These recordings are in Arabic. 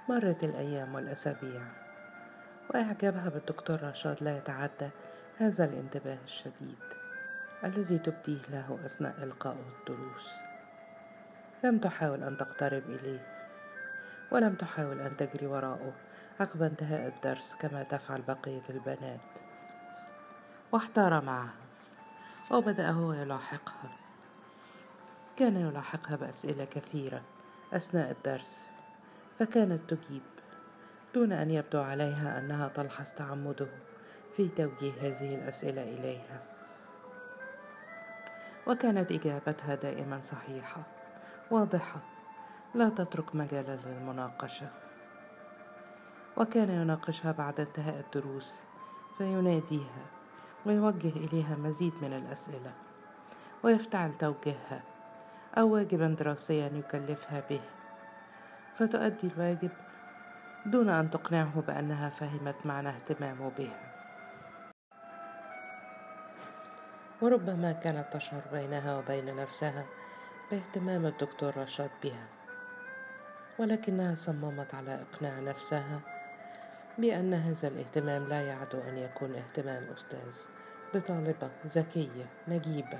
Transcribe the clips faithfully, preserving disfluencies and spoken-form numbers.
مرت الأيام والأسابيع، وإعجابها بالدكتور رشاد لا يتعدى هذا الانتباه الشديد الذي تبديه له أثناء إلقائه الدروس. لم تحاول أن تقترب إليه، ولم تحاول أن تجري وراءه عقب انتهاء الدرس كما تفعل بقية البنات. واحتار معها، وبدأ هو يلاحقها. كان يلاحقها بأسئلة كثيرة أثناء الدرس، فكانت تجيب دون أن يبدو عليها أنها تلحظ تعمده في توجيه هذه الأسئلة إليها. وكانت إجابتها دائما صحيحة واضحة، لا تترك مجالا للمناقشة. وكان يناقشها بعد انتهاء الدروس، فيناديها ويوجه إليها مزيد من الأسئلة، ويفتعل توجيهها أو واجبا دراسيا يكلفها به، فتؤدي الواجب دون أن تقنعه بأنها فهمت معنى اهتمامه بها. وربما كانت تشعر بينها وبين نفسها باهتمام الدكتور رشاد بها، ولكنها صممت على إقناع نفسها بأن هذا الاهتمام لا يعدو أن يكون اهتمام أستاذ بطالبة ذكية نجيبة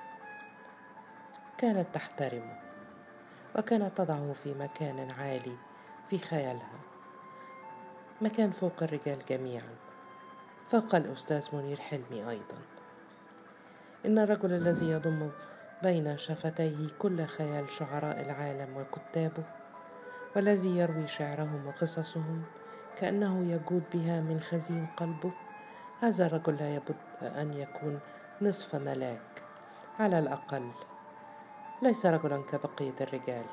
كانت تحترمه، وكانت تضعه في مكان عالي في خيالها، مكان فوق الرجال جميعا، فوق الأستاذ منير حلمي أيضا. إن الرجل الذي يضم بين شفتيه كل خيال شعراء العالم وكتابه، والذي يروي شعرهم وقصصهم كأنه يجود بها من خزين قلبه، هذا الرجل لا يبد أن يكون نصف ملاك على الأقل، ليس رجلا كبقية الرجال.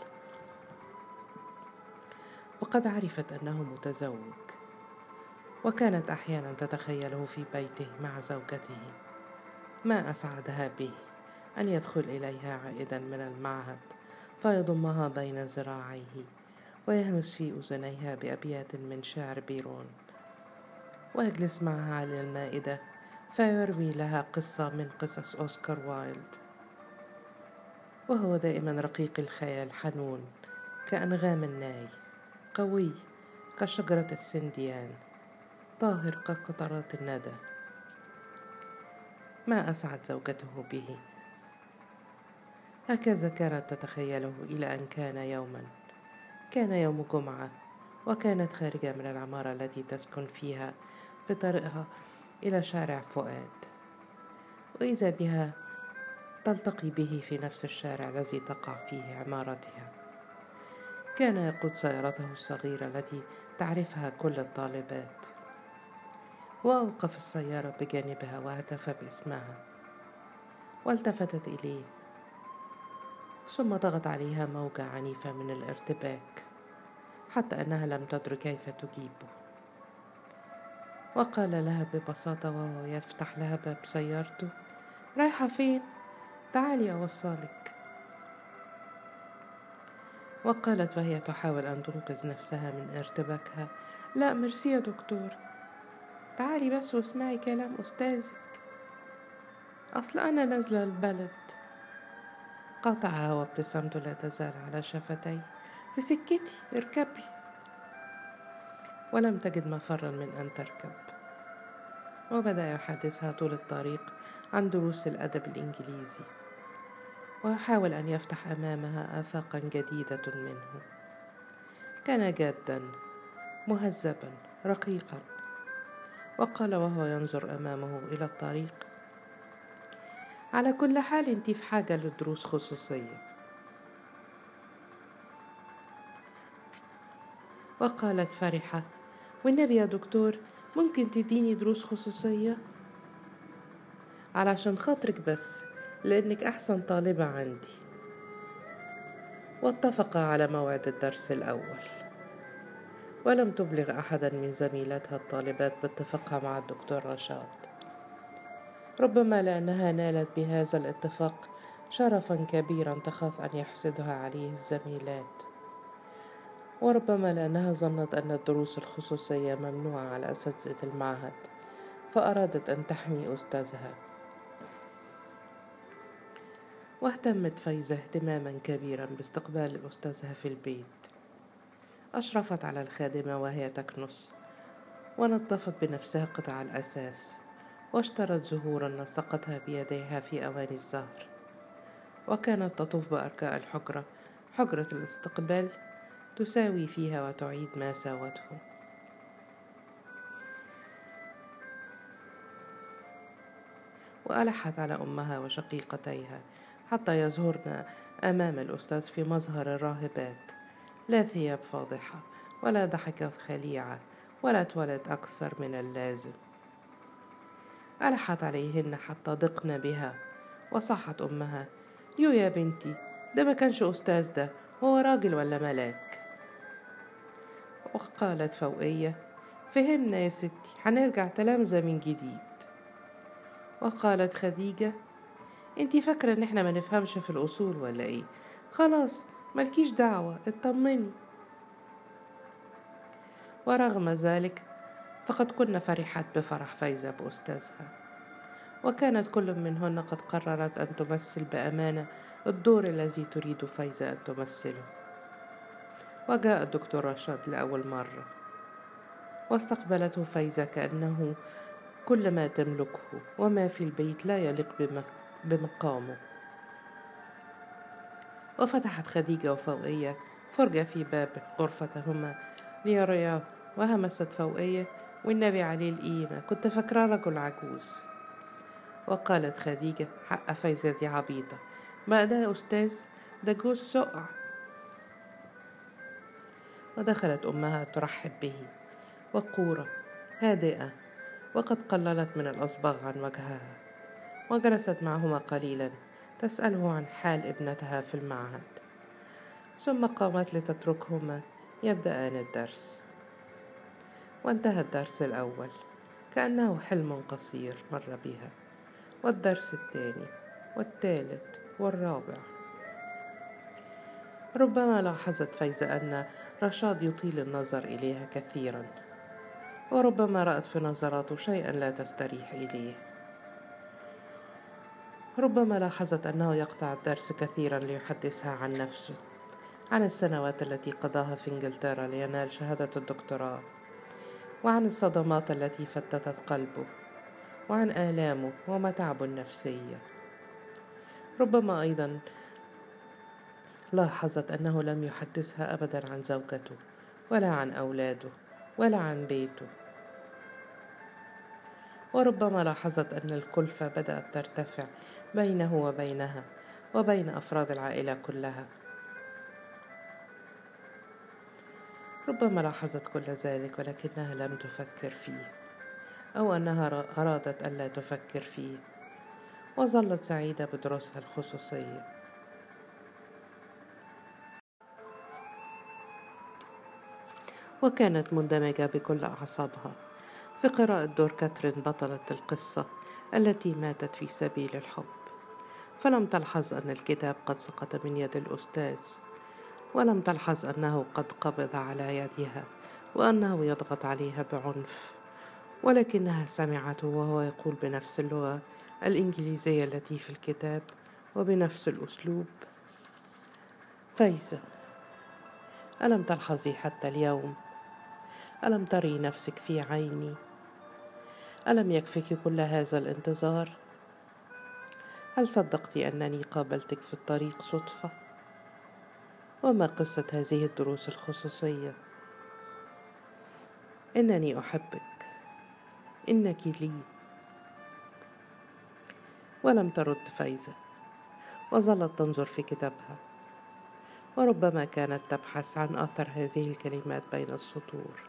وقد عرفت أنه متزوج، وكانت أحيانا تتخيله في بيته مع زوجته. ما أسعدها به أن يدخل إليها عائدا من المعهد فيضمها بين ذراعيه ويهمس في أذنيها بأبيات من شعر بيرون، ويجلس معها على المائدة فيروي لها قصة من قصص أوسكار وايلد، وهو دائما رقيق الخيال، حنون كأنغام الناي، قوي كشجرة السنديان، طاهر كقطرات الندى. ما أسعد زوجته به. هكذا كانت تتخيله إلى أن كان يوما كان يوم جمعة، وكانت خارجة من العمارة التي تسكن فيها بطريقها إلى شارع فؤاد، وإذا بها تلتقي به في نفس الشارع الذي تقع فيه عمارتها. كان يقود سيارته الصغيرة التي تعرفها كل الطالبات، وأوقف السيارة بجانبها وهتف باسمها، والتفتت إليه، ثم ضغط عليها موجة عنيفة من الارتباك حتى أنها لم تدرك كيف تجيبه. وقال لها ببساطة وهو يفتح لها باب سيارته: رايحة فين؟ تعالي أوصلك. وقالت وهي تحاول أن تنقذ نفسها من ارتباكها: لا ميرسي يا دكتور، تعالي بس واسمعي كلام أستاذك، أصل أنا نازلة البلد. قاطعها وابتسامته لا تزال على شفتيه: في سكتي، اركبي. ولم تجد مفرا من أن تركب، وبدأ يحدثها طول الطريق عن دروس الأدب الإنجليزي، ويحاول أن يفتح أمامها آفاقا جديدة منه. كان جادا مهذبا رقيقا، وقال وهو ينظر أمامه إلى الطريق: على كل حال انت في حاجة لدروس خصوصية. وقالت فرحة: والنبي يا دكتور ممكن تديني دروس خصوصية علشان خاطرك بس، لأنك أحسن طالبة عندي. واتفقا على موعد الدرس الأول، ولم تبلغ أحدا من زميلاتها الطالبات باتفاقها مع الدكتور رشاد، ربما لأنها نالت بهذا الاتفاق شرفا كبيرا تخاف أن يحسدها عليه الزميلات، وربما لأنها ظنت أن الدروس الخصوصية ممنوعة على أساتذة المعهد، فأرادت أن تحمي أستاذها. واهتمت فايزة اهتماما كبيرا باستقبال أستاذها في البيت، أشرفت على الخادمة وهي تكنس، ونظفت بنفسها قطع الأساس، واشترت زهورا نسقتها بيديها في أواني الزهر، وكانت تطوف بأرجاء الحجرة، حجرة الاستقبال، تساوي فيها وتعيد ما ساوته. وألحت على أمها وشقيقتيها حتى يظهرن أمام الأستاذ في مظهر الراهبات، لا ثياب فاضحة ولا ضحكة خليعة ولا توالت أكثر من اللازم. ألحت عليهن حتى ضقن بها، وصحت أمها: يو يا بنتي، ده ما كانش أستاذ، ده هو راجل ولا ملاك. وقالت فوقية: فهمنا يا ستي، هنرجع تلامذة من جديد. وقالت خديجة: انتي فاكرة ان احنا ما نفهمش في الأصول ولا ايه؟ خلاص ملكيش دعوة، اطمني. ورغم ذلك فقد كنا فرحات بفرح فايزة بأستاذها، وكانت كل منهن قد قررت أن تمثل بأمانة الدور الذي تريد فايزة أن تمثله. وجاء الدكتور رشاد لأول مرة، واستقبلته فايزة كأنه كل ما تملكه، وما في البيت لا يليق بمقامه. وفتحت خديجة وفوقية فرجة في باب غرفتهما ليرياه، وهمست فوقية: والنبي عليه القيمة، كنت فاكرة رجل عجوز. وقالت خديجة: حق فايزة دي عبيطة، ما ده أستاذ، ده جوز سقع. ودخلت أمها ترحب به، وقورة هادئة، وقد قللت من الأصباغ عن وجهها، وجلست معهما قليلا تسأله عن حال ابنتها في المعهد، ثم قامت لتتركهما يبدأان الدرس. وانتهى الدرس الأول كأنه حلم قصير مر بها، والدرس الثاني والثالث والرابع. ربما لاحظت فايزة أن رشاد يطيل النظر إليها كثيرا، وربما رأت في نظراته شيئا لا تستريح إليه. ربما لاحظت أنه يقطع الدرس كثيرا ليحدثها عن نفسه، عن السنوات التي قضاها في إنجلترا لينال شهادة الدكتوراه، وعن الصدمات التي فتتت قلبه، وعن آلامه ومتاعبه النفسية. ربما أيضا لاحظت أنه لم يحدثها أبدا عن زوجته، ولا عن أولاده، ولا عن بيته. وربما لاحظت أن الكلفة بدأت ترتفع بينه وبينها وبين أفراد العائلة كلها. ربما لاحظت كل ذلك ولكنها لم تفكر فيه، أو أنها أرادت ألا تفكر فيه، وظلت سعيدة بدروسها الخصوصية. وكانت مندمجة بكل أعصابها في قراءة دور كاترين بطلة القصة التي ماتت في سبيل الحب، فلم تلحظ أن الكتاب قد سقط من يد الأستاذ، ولم تلحظ أنه قد قبض على يدها وأنه يضغط عليها بعنف، ولكنها سمعته وهو يقول بنفس اللغة الإنجليزية التي في الكتاب وبنفس الأسلوب: فايزة، ألم تلحظي حتى اليوم؟ ألم تري نفسك في عيني؟ ألم يكفك كل هذا الانتظار؟ هل صدقت أنني قابلتك في الطريق صدفة؟ وما قصة هذه الدروس الخصوصية؟ إنني أحبك، إنك لي. ولم ترد فايزة، وظلت تنظر في كتابها، وربما كانت تبحث عن أثر هذه الكلمات بين السطور،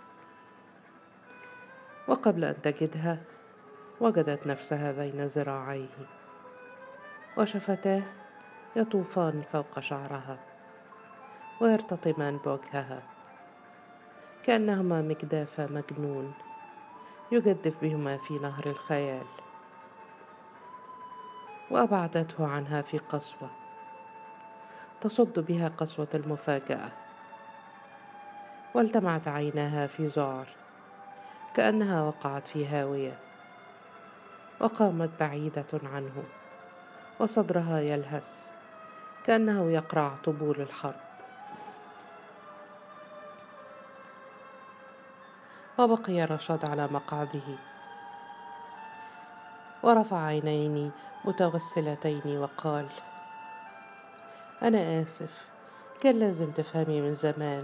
وقبل أن تجدها وجدت نفسها بين ذراعيه، وشفتاه يطوفان فوق شعرها ويرتطمان بوجهها كأنهما مجداف مجنون يجدف بهما في نهر الخيال. وأبعدته عنها في قسوة تصد بها قسوة المفاجأة، والتمعت عيناها في ذعر كأنها وقعت في هاوية، وقامت بعيدة عنه وصدرها يلهث كأنه يقرع طبول الحرب. وبقي رشاد على مقعده ورفع عينين متوسلتين وقال: أنا آسف، كان لازم تفهمي من زمان.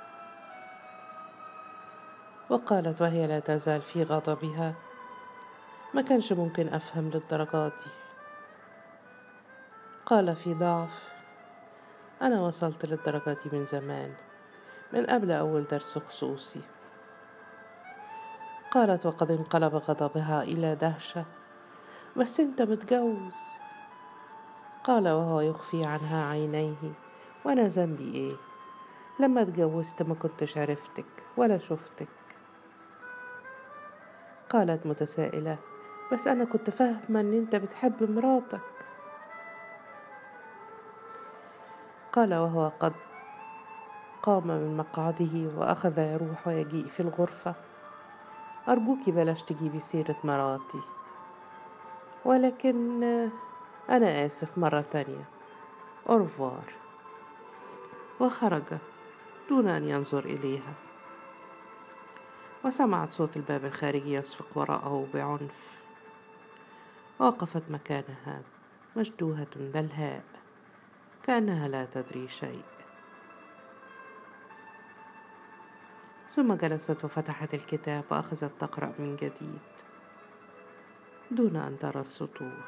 وقالت وهي لا تزال في غضبها: ما كانش ممكن أفهم للدرجات دي. قال في ضعف: أنا وصلت للدرجة دي من زمان، من قبل أول درس خصوصي. قالت وقد انقلب غضبها إلى دهشة: بس أنت متجوز. قال وهو يخفي عنها عينيه: وأنا ذنبي إيه؟ لما اتجوزت ما كنتش عرفتك ولا شفتك. قالت متسائلة: بس أنا كنت فاهمة أن أنت بتحب مراتك. قال وهو قد قام من مقعده وأخذ يروح ويجيء في الغرفة: أرجوك بلاش تجيبي سيرة مراتي، ولكن أنا آسف مرة تانية، أورفوار. وخرج دون أن ينظر إليها. وسمعت صوت الباب الخارجي يصفق وراءه بعنف. وقفت مكانها مشدوهة بلهاء كأنها لا تدري شيء. ثم جلست وفتحت الكتاب وأخذت تقرأ من جديد دون أن ترى السطور.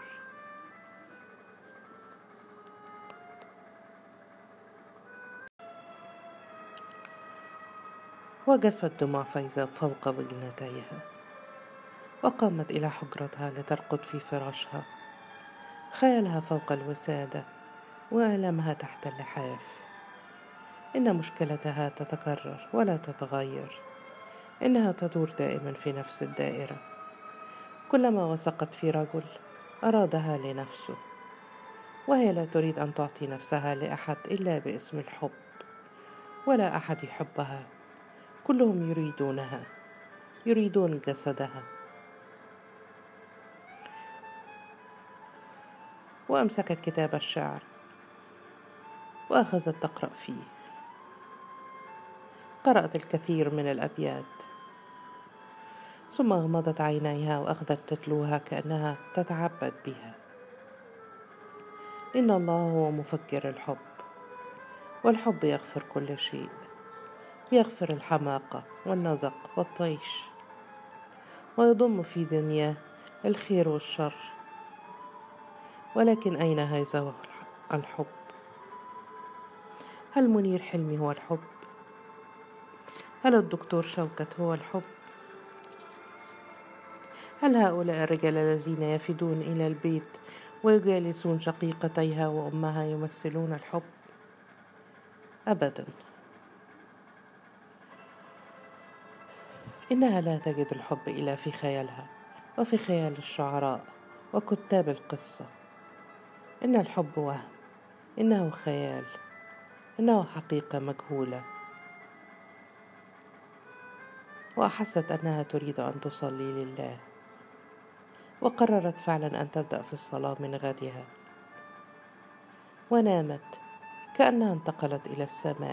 وجفت دموع فايزة فوق وجنتيها، وقامت إلى حجرتها لترقد في فراشها، خيالها فوق الوسادة وآلامها تحت اللحاف. إن مشكلتها تتكرر ولا تتغير، إنها تدور دائما في نفس الدائرة. كلما وثقت في رجل أرادها لنفسه، وهي لا تريد أن تعطي نفسها لأحد إلا باسم الحب، ولا أحد يحبها. كلهم يريدونها، يريدون جسدها. وأمسكت كتاب الشعر وأخذت تقرأ فيه. قرأت الكثير من الأبيات، ثم غمضت عينيها وأخذت تتلوها كأنها تتعبد بها. إن الله هو مفكر الحب، والحب يغفر كل شيء، يغفر الحماقة والنزق والطيش، ويضم في دنياه الخير والشر. ولكن أين هذا الحب؟ هل منير حلمي هو الحب؟ هل الدكتور شوكت هو الحب؟ هل هؤلاء الرجال الذين يفدون إلى البيت ويجالسون شقيقتيها وأمها يمثلون الحب؟ أبدا. إنها لا تجد الحب إلا في خيالها وفي خيال الشعراء وكتاب القصة. إن الحب وهم، إنه خيال، إنه حقيقة مجهولة. وأحست أنها تريد أن تصلي لله، وقررت فعلا أن تبدأ في الصلاة من غدها. ونامت كأنها انتقلت إلى السماء.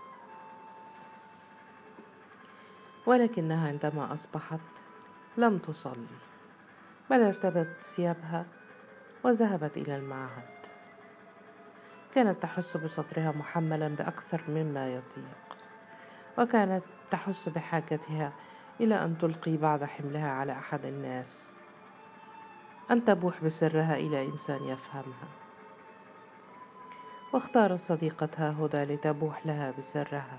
ولكنها عندما أصبحت لم تصلي، بل ارتبت ثيابها وذهبت إلى المعهد. كانت تحس بصدرها محملا بأكثر مما يطيق، وكانت تحس بحاجتها إلى أن تلقي بعض حملها على أحد الناس، أن تبوح بسرها إلى إنسان يفهمها. واختارت صديقتها هدى لتبوح لها بسرها،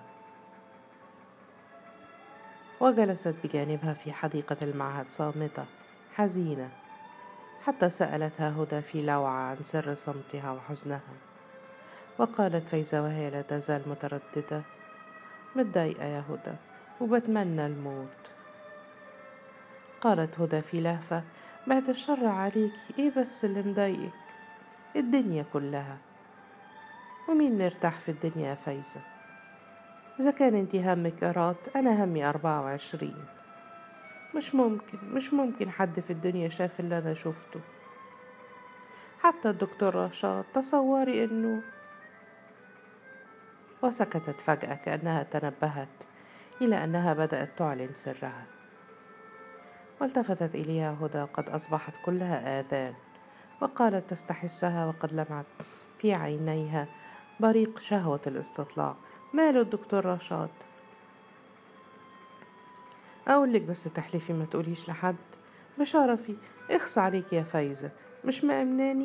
وجلست بجانبها في حديقة المعهد صامتة حزينة، حتى سألتها هدى في لوعة عن سر صمتها وحزنها. وقالت فايزة وهي لا تزال مترددة: متضايقة يا هدى وبتمنى الموت. قالت هدى في لهفة: بعد الشر عليكي، ايه بس اللي مضايقك؟ الدنيا كلها. ومين مرتاح في الدنيا يا فايزة؟ إذا كان انتي همك إيراد، أنا همي أربعة وعشرين. مش ممكن مش ممكن حد في الدنيا شاف اللي أنا شفته. حتى الدكتور رشاد، تصوري إنه. وسكتت فجأة كأنها تنبهت إلى أنها بدأت تعلن سرها. والتفتت إليها هدى وقد أصبحت كلها آذان، وقالت تستحسها وقد لمعت في عينيها بريق شهوة الاستطلاع: ماله الدكتور رشاد؟ أقول لك بس تحلفي ما تقوليش لحد بشرفي. اخص عليك يا فايزة، مش مأمناني؟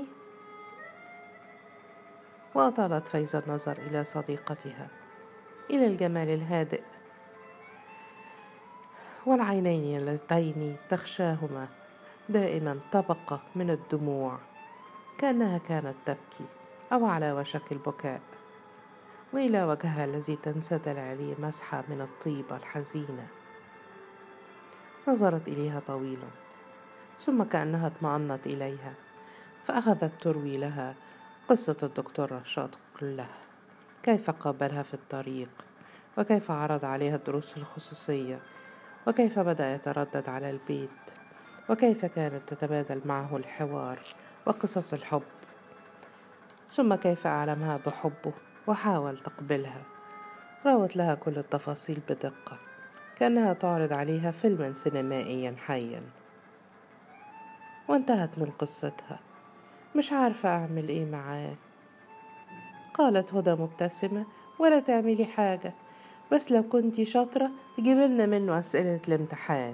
وأطالت فايزة النظر إلى صديقتها، إلى الجمال الهادئ والعينين اللتين تخشاهما دائما طبقة من الدموع، كأنها كانت تبكي أو على وشك البكاء، وإلى وجهها الذي تنسدل عليه مسحة من الطيبة الحزينة. نظرت إليها طويلا، ثم كأنها اطمأنت إليها، فأخذت تروي لها قصة الدكتور رشاد كلها: كيف قابلها في الطريق، وكيف عرض عليها الدروس الخصوصية، وكيف بدأ يتردد على البيت، وكيف كانت تتبادل معه الحوار وقصص الحب، ثم كيف أعلمها بحبه وحاول تقبلها. راوت لها كل التفاصيل بدقة، كأنها تعرض عليها فيلما سينمائيا حيا. وانتهت من قصتها: مش عارفة أعمل إيه معاه. قالت هدى مبتسمة: ولا تعملي حاجة، بس لو كنتي شاطرة تجيبلنا منه أسئلة الامتحان.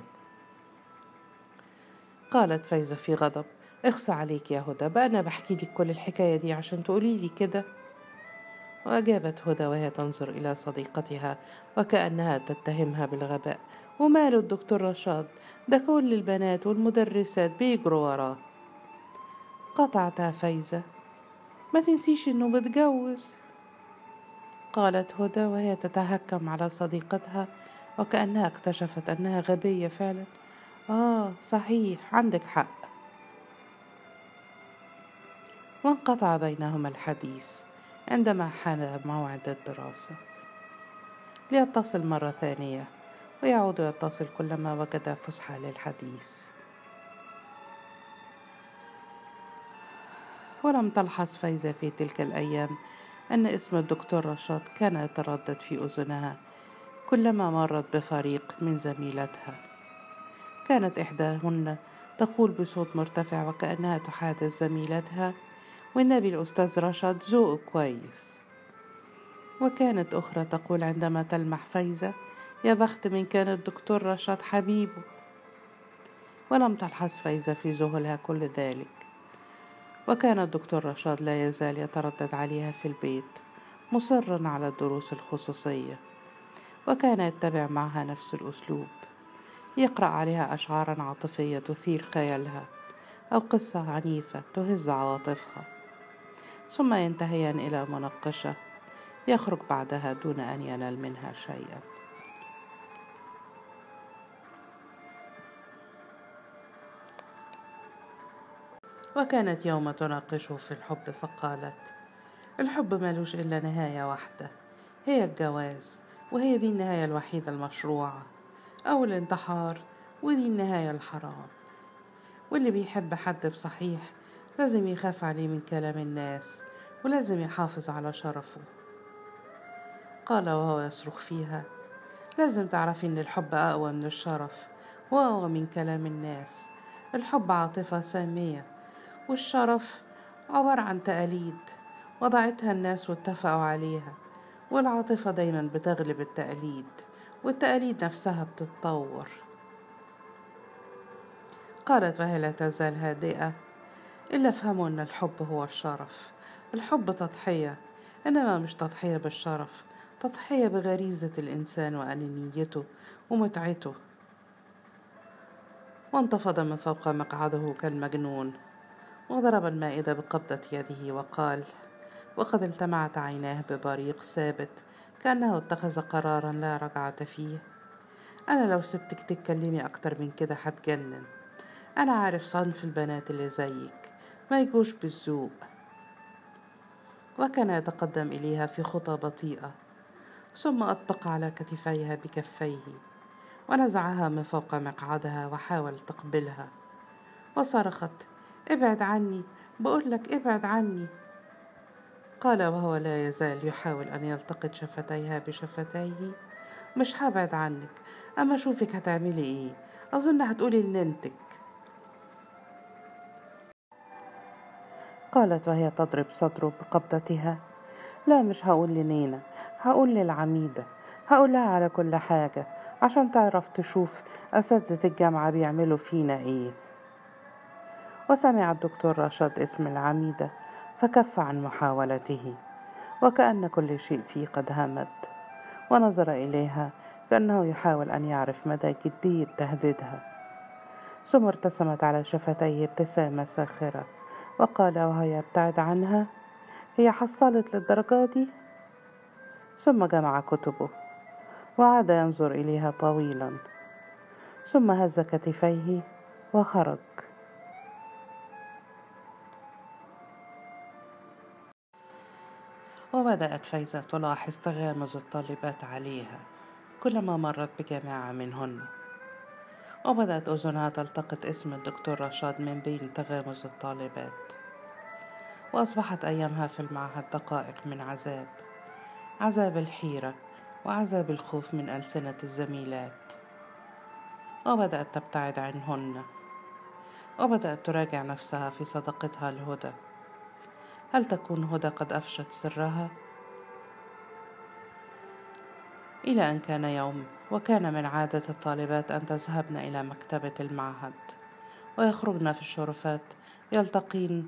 قالت فايزة في غضب: اخصى عليك يا هدى، بقى أنا بحكي لك كل الحكاية دي عشان تقولي لي كده؟ وأجابت هدى وهي تنظر إلى صديقتها وكأنها تتهمها بالغباء: وماله الدكتور رشاد؟ ده كل البنات والمدرسات بيجروا وراه. قطعتها فايزة: ما تنسيش إنه متجوز. قالت هدى وهي تتهكم على صديقتها وكأنها اكتشفت أنها غبية فعلا: آه صحيح، عندك حق. وانقطع بينهما الحديث عندما حان موعد الدراسة، ليتصل مرة ثانية ويعود يتصل كلما وجد فسحة للحديث. ولم تلحظ فايزة في تلك الأيام أن اسم الدكتور رشاد كان يتردد في أذنها كلما مرت بفريق من زميلتها. كانت إحداهن تقول بصوت مرتفع وكأنها تحادث زميلتها: والنبي الأستاذ رشاد ذوقه كويس. وكانت أخرى تقول عندما تلمح فايزة: يا بخت من كان الدكتور رشاد حبيبه. ولم تلحظ فايزة في ذهولها كل ذلك، وكان الدكتور رشاد لا يزال يتردد عليها في البيت مصرا على الدروس الخصوصية، وكان يتبع معها نفس الأسلوب: يقرأ عليها أشعارا عاطفية تثير خيالها أو قصة عنيفة تهز عواطفها، ثم ينتهيان إلى مناقشة يخرج بعدها دون أن ينال منها شيئا. وكانت يوم تناقشه في الحب فقالت: الحب ملوش إلا نهاية واحدة، هي الجواز، وهي دي النهاية الوحيدة المشروعة، أو الانتحار، ودي النهاية الحرام. واللي بيحب حد بصحيح لازم يخاف عليه من كلام الناس، ولازم يحافظ على شرفه. قال وهو يصرخ فيها: لازم تعرفي إن الحب أقوى من الشرف وأقوى من كلام الناس. الحب عاطفة سامية، والشرف عبارة عن تقاليد وضعتها الناس واتفقوا عليها، والعاطفة دايما بتغلب التقاليد، والتقاليد نفسها بتتطور. قالت وهي لا تزال هادئة: إلا افهموا أن الحب هو الشرف. الحب تضحية، إنما مش تضحية بالشرف، تضحية بغريزة الإنسان وأنانيته ومتعته. وانتفض من فوق مقعده كالمجنون، وضرب المائدة بقبضة يده وقال، وقد التمعت عيناه ببريق ثابت كأنه اتخذ قرارا لا رجعة فيه: أنا لو سبتك تتكلمي أكتر من كده هتجنن. أنا عارف صنف البنات اللي زيك ما يجوش بالذوق. وكان يتقدم إليها في خطى بطيئة، ثم أطبق على كتفيها بكفيه ونزعها من فوق مقعدها وحاول تقبلها، وصرخت: ابعد عني، بقولك ابعد عني. قال وهو لا يزال يحاول أن يلتقط شفتيها بشفتيه: مش هبعد عنك، أما أشوفك هتعملي إيه. أظن هتقولي لننتك. قالت وهي تضرب صدره بقبضتها: لا، مش هقول لنينا، هقول للعميدة، هقولها على كل حاجة عشان تعرف تشوف أساتذة الجامعة بيعملوا فينا إيه. وسمع الدكتور رشاد اسم العميدة فكف عن محاولته، وكأن كل شيء فيه قد همد، ونظر إليها كأنه يحاول أن يعرف مدى جدية تهديدها. ثم ارتسمت على شفتيه ابتسامة ساخرة وقال وهو يبتعد عنها: هي حصلت للدرجة دي؟ ثم جمع كتبه وعاد ينظر إليها طويلا، ثم هز كتفيه وخرج. وبدأت فايزة تلاحظ تغامز الطالبات عليها كلما مرت بجماعة منهن، وبدأت أذنها تلتقط اسم الدكتور رشاد من بين تغامز الطالبات. وأصبحت أيامها في المعهد دقائق من عذاب، عذاب الحيرة وعذاب الخوف من ألسنة الزميلات. وبدأت تبتعد عنهن، وبدأت تراجع نفسها في صداقتها لهدى. هل تكون هدى قد أفشت سرها؟ إلى أن كان يوم، وكان من عادة الطالبات أن تذهبن إلى مكتبة المعهد ويخرجن في الشرفات يلتقين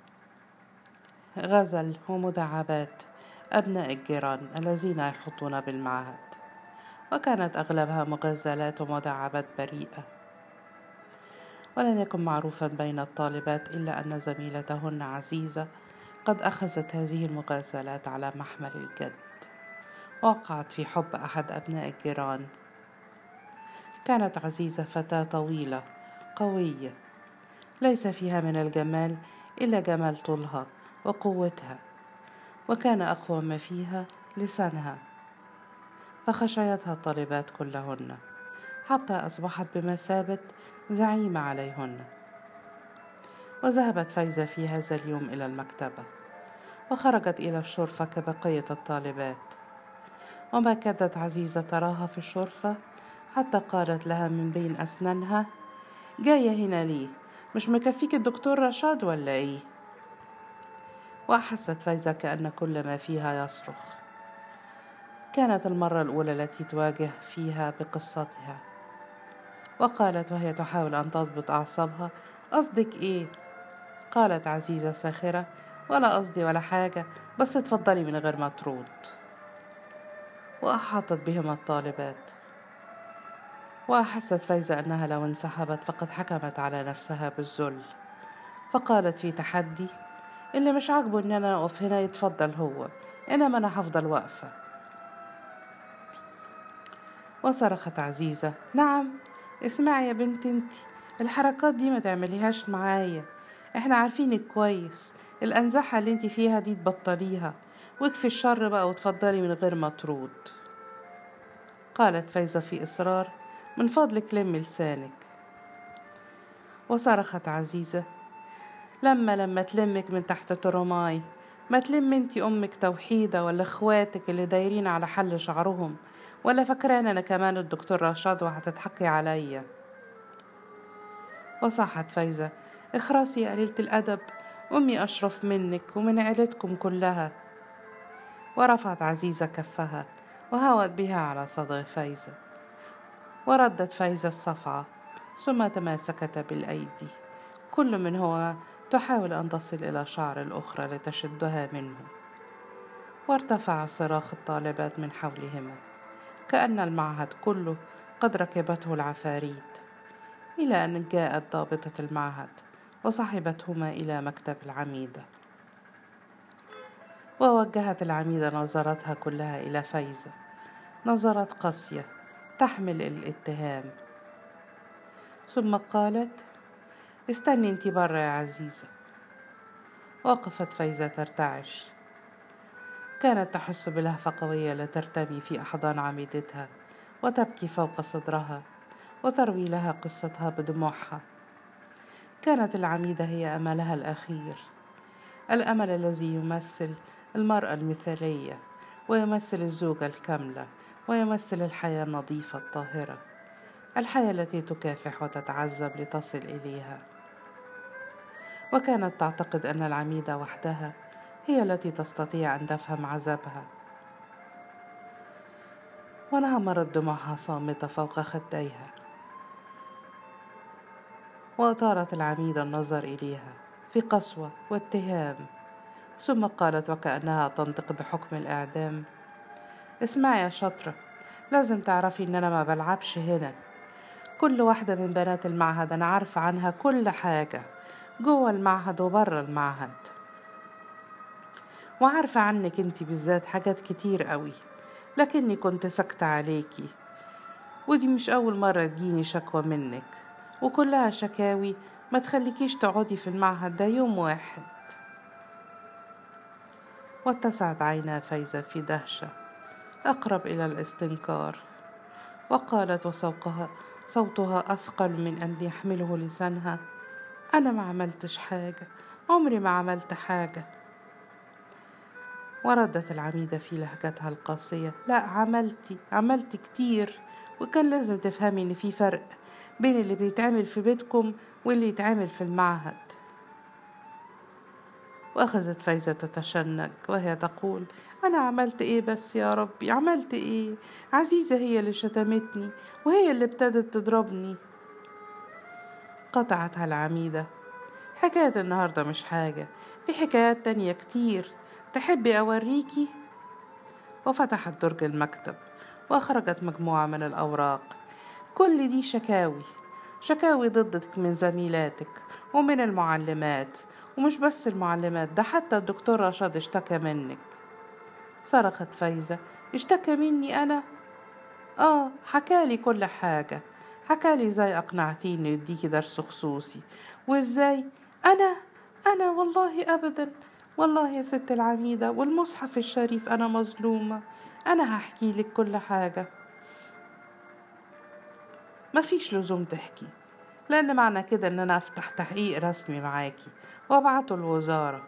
غزل ومداعبات أبناء الجيران الذين يحطون بالمعهد، وكانت أغلبها مغزلات ومداعبات بريئة. ولم يكن معروفا بين الطالبات إلا أن زميلتهن عزيزة قد أخذت هذه المغازلات على محمل الجد، وقعت في حب أحد أبناء الجيران. كانت عزيزة فتاة طويلة قوية، ليس فيها من الجمال إلا جمال طولها وقوتها، وكان أقوى ما فيها لسانها، فخشيتها الطالبات كلهن حتى أصبحت بمثابة زعيمة عليهن. وذهبت فايزة في هذا اليوم إلى المكتبة، وخرجت إلى الشرفة كبقية الطالبات، وما كادت عزيزة تراها في الشرفة حتى قالت لها من بين أسنانها: جاية هنا ليه؟ مش مكفيك الدكتور رشاد ولا إيه؟ وأحست فايزة كأن كل ما فيها يصرخ. كانت المرة الأولى التي تواجه فيها بقصتها، وقالت وهي تحاول أن تضبط أعصابها: قصدك إيه؟ قالت عزيزة ساخرة: ولا قصدي ولا حاجة، بس اتفضلي من غير ما ترد. وأحاطت بهما الطالبات، وأحست فايزة أنها لو انسحبت فقد حكمت على نفسها بالذل، فقالت في تحدي: اللي مش عاجبه إن أنا أقف هنا يتفضل هو، إنما أنا هفضل واقفة. وصرخت عزيزة: نعم، اسمعي يا بنت انتي، الحركات دي ما تعمليهاش معايا، احنا عارفينك كويس، الأنزحة اللي انتي فيها دي تبطليها، واكفي الشر بقى وتفضلي من غير ما ترود. قالت فايزة في إصرار: من فضلك لمي لسانك. وصرخت عزيزة: لما لما تلمك من تحت ترماي، ما تلم انتي أمك توحيدة ولا اخواتك اللي دايرين على حل شعرهم، ولا فاكران أنا كمان الدكتور رشاد وهتضحكي عليا. وصاحت فايزة: اخرسي يا قليلة الأدب، أمي أشرف منك ومن عيلتكم كلها. ورفعت عزيزة كفها وهوت بها على صدغ فايزة، وردت فايزة الصفعة، ثم تماسكتا بالأيدي، كل منهما تحاول أن تصل إلى شعر الأخرى لتشدها منه. وارتفع صراخ الطالبات من حولهما كأن المعهد كله قد ركبته العفاريت، إلى أن جاءت ضابطة المعهد وصحبتهما إلى مكتب العميدة. ووجهت العميدة نظرتها كلها إلى فايزة، نظرات قاسية تحمل الاتهام، ثم قالت: استني انتي برا يا عزيزة. وقفت فايزة ترتعش، كانت تحس بلهفة قوية لا ترتمي في أحضان عميدتها، وتبكي فوق صدرها وتروي لها قصتها بدموعها. كانت العميدة هي أملها الأخير، الأمل الذي يمثل المرأة المثالية ويمثل الزوجة الكاملة ويمثل الحياة النظيفة الطاهرة، الحياة التي تكافح وتتعذب لتصل إليها. وكانت تعتقد أن العميدة وحدها هي التي تستطيع أن تفهم عذابها. وانهمرت دموعها صامتة فوق خديها، وأطارت العميدة النظر إليها في قسوة واتهام، ثم قالت وكأنها تنطق بحكم الإعدام: اسمعي يا شاطرة، لازم تعرفي إن أنا ما بلعبش هنا. كل واحدة من بنات المعهد أنا عارفة عنها كل حاجة جوه المعهد وبره المعهد، وعارفة عنك انتي بالذات حاجات كتير قوي، لكني كنت ساكتة عليكي، ودي مش أول مرة تجيني شكوى منك، وكلها شكاوي ما تخليكيش تقعدي في المعهد ده يوم واحد. واتسعت عينا فايزة في دهشة أقرب إلى الاستنكار، وقالت وصوتها صوتها أثقل من أن يحمله لسانها: أنا ما عملتش حاجة، عمري ما عملت حاجة. وردت العميدة في لهجتها القاسية: لا، عملتي عملتي كتير، وكان لازم تفهمي إن في فرق بين اللي بيتعمل في بيتكم واللي يتعمل في المعهد. وأخذت فايزة تتشنج وهي تقول: أنا عملت إيه بس يا ربي، عملت إيه؟ عزيزة هي اللي شتمتني وهي اللي ابتدت تضربني. قطعتها العميدة: حكاية النهاردة مش حاجة، في حكايات تانية كتير، تحبي أوريكي؟ وفتحت درج المكتب وأخرجت مجموعة من الأوراق. كل دي شكاوي شكاوي ضدك من زميلاتك ومن المعلمات، ومش بس المعلمات، ده حتى الدكتور رشاد اشتكى منك. صرخت فايزة: اشتكى مني أنا؟ آه، حكالي كل حاجة، حكالي ازاي أقنعتيني يديكي درس خصوصي، وازاي أنا أنا والله أبدا، والله يا ست العميدة والمصحف الشريف أنا مظلومة، أنا هحكي لك كل حاجة. مفيش لزوم تحكي، لأن معنى كده أن أنا أفتح تحقيق رسمي معاكي وابعته الوزارة.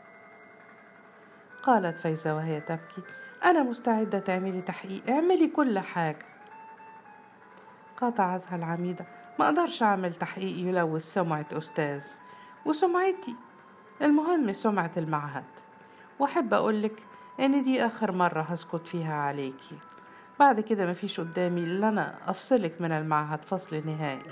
قالت فايزة وهي تبكي: أنا مستعدة تعملي تحقيق، اعملي كل حاجة. قاطعتها العميدة: ما أقدرش أعمل تحقيق يلوث سمعة أستاذ وسمعتي، المهم سمعة المعهد، وأحب أقولك إن دي آخر مرة هسكت فيها عليكي، بعد كده مفيش قدامي إلا أنا أفصلك من المعهد فصل نهائي.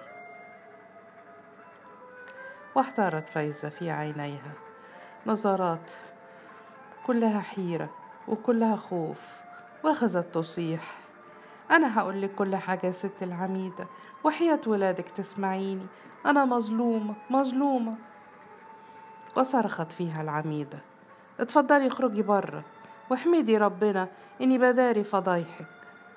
واحتارت فايزة في عينيها نظرات كلها حيرة وكلها خوف، وأخذت تصيح: أنا هقولك كل حاجة يا ست العميدة، وحياة ولادك تسمعيني، أنا مظلومة مظلومة. وصرخت فيها العميدة: اتفضلي اخرجي بره، واحمدي ربنا إني بداري فضايحك.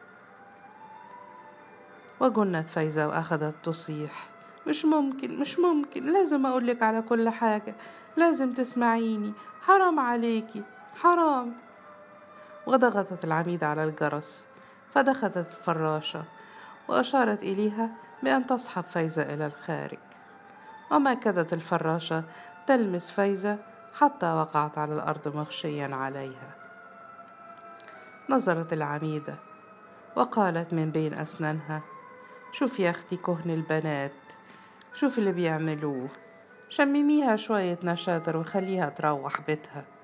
وجنت فايزة وأخذت تصيح: مش ممكن مش ممكن، لازم أقولك على كل حاجة، لازم تسمعيني، حرام عليكي حرام. وضغطت العميدة على الجرس، فدخلت الفراشة وأشارت إليها بأن تصحب فايزة إلى الخارج. وما كادت الفراشة تلمس فايزة حتى وقعت على الأرض مغشيا عليها. نظرت العميدة وقالت من بين أسنانها: شوف يا أختي كهن البنات، شوف اللي بيعملوه، شمميها شوية نشادر وخليها تروح بيتها.